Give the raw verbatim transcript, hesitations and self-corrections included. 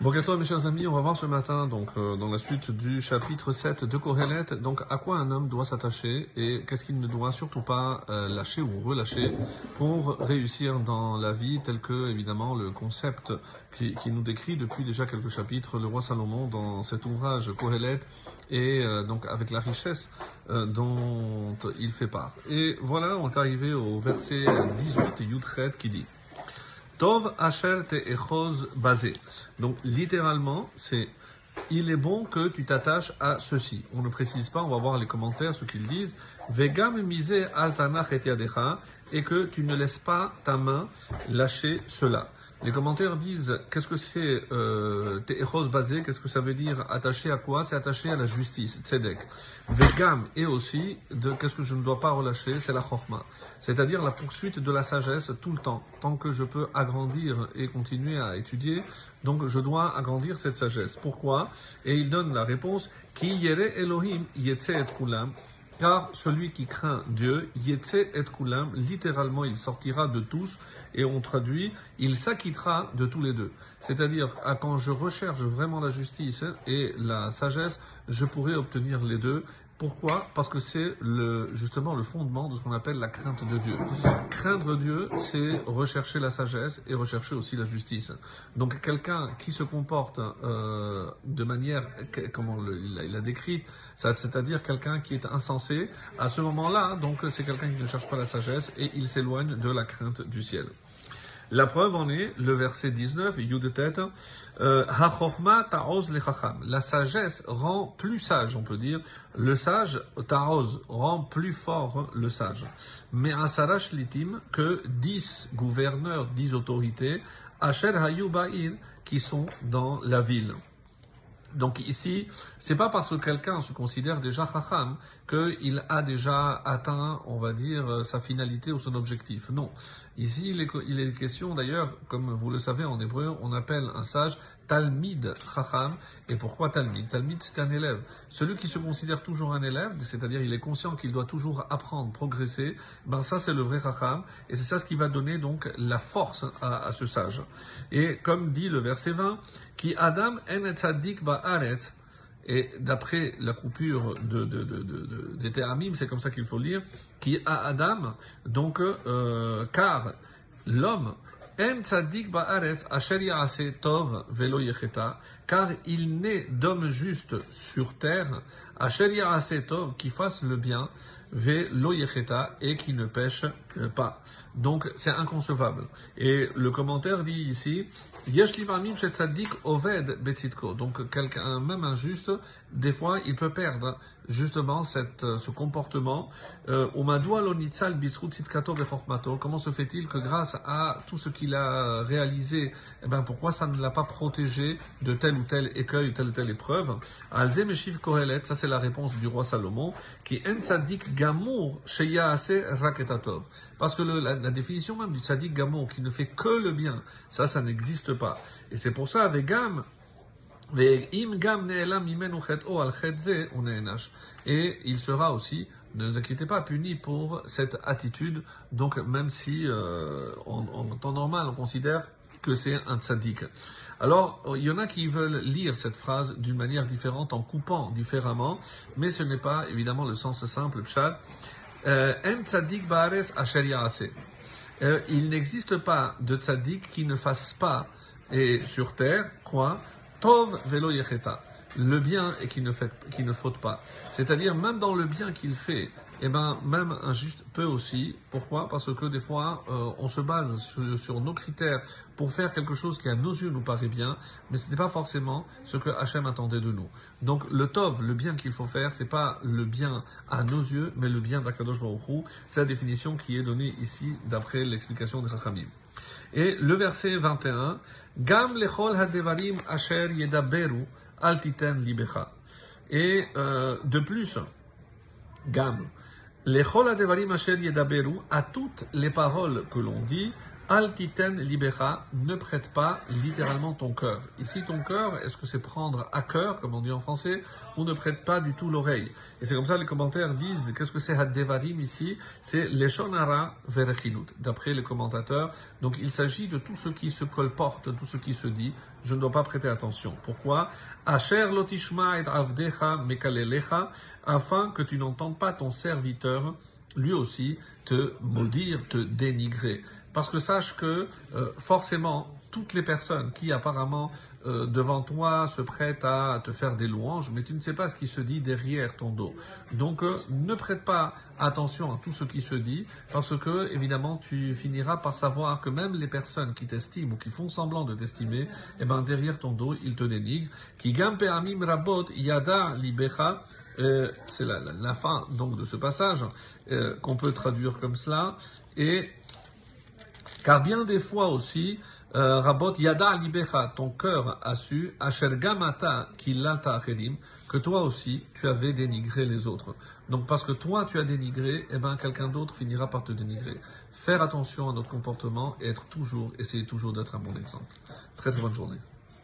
Bonjour à toi mes chers amis, on va voir ce matin donc euh, dans la suite du chapitre sept de Kohelet, donc à quoi un homme doit s'attacher et qu'est-ce qu'il ne doit surtout pas euh, lâcher ou relâcher pour réussir dans la vie, tel que évidemment le concept qui, qui nous décrit depuis déjà quelques chapitres le roi Salomon dans cet ouvrage Kohelet et euh, donc avec la richesse euh, dont il fait part. Et voilà, on est arrivé au verset dix-huit, Yudchet, qui dit Tov asher te'echoz basé. Donc, littéralement, c'est il est bon que tu t'attaches à ceci. On ne précise pas, on va voir les commentaires, ce qu'ils disent. Vegam mise al tanach et yadecha, et que tu ne laisses pas ta main lâcher cela. Les commentaires disent, qu'est-ce que c'est euh, te'echoz basé, qu'est-ce que ça veut dire attaché à quoi? C'est attaché à la justice, tzedek. Vegam, et aussi, de qu'est-ce que je ne dois pas relâcher, c'est la chorma. C'est-à-dire la poursuite de la sagesse tout le temps. Tant que je peux agrandir et continuer à étudier, donc je dois agrandir cette sagesse. Pourquoi? Et il donne la réponse, Ki yere Elohim yetse et kulam. Car celui qui craint Dieu, Yetse et Kulam, littéralement il sortira de tous, et on traduit, il s'acquittera de tous les deux. C'est-à-dire, quand je recherche vraiment la justice et la sagesse, je pourrai obtenir les deux. Pourquoi? Parce que c'est le, justement le fondement de ce qu'on appelle la crainte de Dieu. Craindre Dieu, c'est rechercher la sagesse et rechercher aussi la justice. Donc quelqu'un qui se comporte euh, de manière, comment le, il, a, il a décrit, c'est-à-dire quelqu'un qui est insensé, à ce moment-là, donc c'est quelqu'un qui ne cherche pas la sagesse et il s'éloigne de la crainte du ciel. La preuve en est le verset dix-neuf, Yudetet, Ha-chochma ta'oz le-chacham. La sagesse rend plus sage, on peut dire. Le sage, ta'oz, rend plus fort le sage. Mais asara shlitim, que dix gouverneurs, dix autorités, asher hayu ba'il, qui sont dans la ville. Donc ici, c'est pas parce que quelqu'un se considère déjà chacham qu'il a déjà atteint, on va dire, sa finalité ou son objectif. Non. Ici, il est, il est question, d'ailleurs, comme vous le savez en hébreu, on appelle un sage Talmid chacham. Et pourquoi Talmid? Talmid, c'est un élève. Celui qui se considère toujours un élève, c'est-à-dire il est conscient qu'il doit toujours apprendre, progresser, ben ça c'est le vrai chacham. Et c'est ça ce qui va donner donc la force à, à ce sage. Et comme dit le verset vingt, Ki Adam en tzaddik ba'aretz, et d'après la coupure de, de, de, de, de, des Théramim, c'est comme ça qu'il faut lire, Ki a Adam, donc, euh, car l'homme, en tzaddik ba'aretz asher ya'aseh tov velo yecheta, car il naît d'homme juste sur terre, asher ya'aseh tov, qui fasse le bien, velo yecheta, et qui ne pêche pas. Donc, c'est inconcevable. Et le commentaire dit ici, Yesh livamim chez tzaddik oved betzitko. Donc quelqu'un, même injuste, des fois il peut perdre justement cette, ce comportement. Umadua lo nitzal bisrut tzitkato vechormato. Comment se fait-il que grâce à tout ce qu'il a réalisé, eh ben pourquoi ça ne l'a pas protégé de tel ou tel écueil, telle ou telle épreuve? Alze meshiv kohelet, ça c'est la réponse du roi Salomon, qui en tzaddik gamour sheyaase raketatov. Parce que le, la, la définition même du tzaddik gamour, qui ne fait que le bien, ça, ça n'existe pas. Et c'est pour ça, vegam, ve'im gam ne'elam mimenu chet'o al chet'ze une'enash. Et il sera aussi, ne vous inquiétez pas, puni pour cette attitude. Donc, même si, euh, en, en temps normal, on considère que c'est un tzaddik. Alors, il y en a qui veulent lire cette phrase d'une manière différente, en coupant différemment, mais ce n'est pas, évidemment, le sens simple, pshat. En tzaddik ba'aretz asher ya'aseh. Il n'existe pas de tzaddik qui ne fasse pas, et sur terre, quoi? Tov velo yecheta. Le bien et qui ne fait, qui ne faute pas. C'est-à-dire, même dans le bien qu'il fait, eh ben, même un juste peut aussi. Pourquoi? Parce que des fois, euh, on se base sur, sur nos critères pour faire quelque chose qui à nos yeux nous paraît bien, mais ce n'est pas forcément ce que Hachem attendait de nous. Donc, le tov, le bien qu'il faut faire, c'est pas le bien à nos yeux, mais le bien d'Akadosh Baruch Hu. C'est la définition qui est donnée ici, d'après l'explication de Chachamim. Et le verset vingt et un, Gam lechol hadevarim asher yedaberu al titen libecha. Et euh, de plus, Gam, lechol hadevarim asher yedaberu, à toutes les paroles que l'on dit, Al titen libera, ne prête pas littéralement ton cœur. Ici, ton cœur, est-ce que c'est prendre à cœur, comme on dit en français, ou ne prête pas du tout l'oreille? Et c'est comme ça les commentaires disent, qu'est-ce que c'est Haddevarim ici? C'est Leshon hara verechinut, d'après les commentateurs. Donc il s'agit de tout ce qui se colporte, tout ce qui se dit. Je ne dois pas prêter attention. Pourquoi? Asher lotishma et avdecha mekalelecha, afin que tu n'entendes pas ton serviteur lui aussi te maudire, te dénigrer. Parce que sache que euh, forcément, toutes les personnes qui apparemment euh, devant toi se prêtent à te faire des louanges, mais tu ne sais pas ce qui se dit derrière ton dos. Donc euh, ne prête pas attention à tout ce qui se dit, parce que évidemment tu finiras par savoir que même les personnes qui t'estiment ou qui font semblant de t'estimer, eh ben derrière ton dos ils te dénigrent. Ki gam pe'amim rabot yada libecha. Euh, c'est la, la, la fin donc de ce passage euh, qu'on peut traduire comme cela. Et car bien des fois aussi, euh, Rabot Yada Libecha, ton cœur a su, Asher Gamata Kilata Acherim, que toi aussi tu avais dénigré les autres. Donc parce que toi tu as dénigré, eh ben quelqu'un d'autre finira par te dénigrer. Faire attention à notre comportement et être toujours, essayer toujours d'être un bon exemple. Très très bonne journée.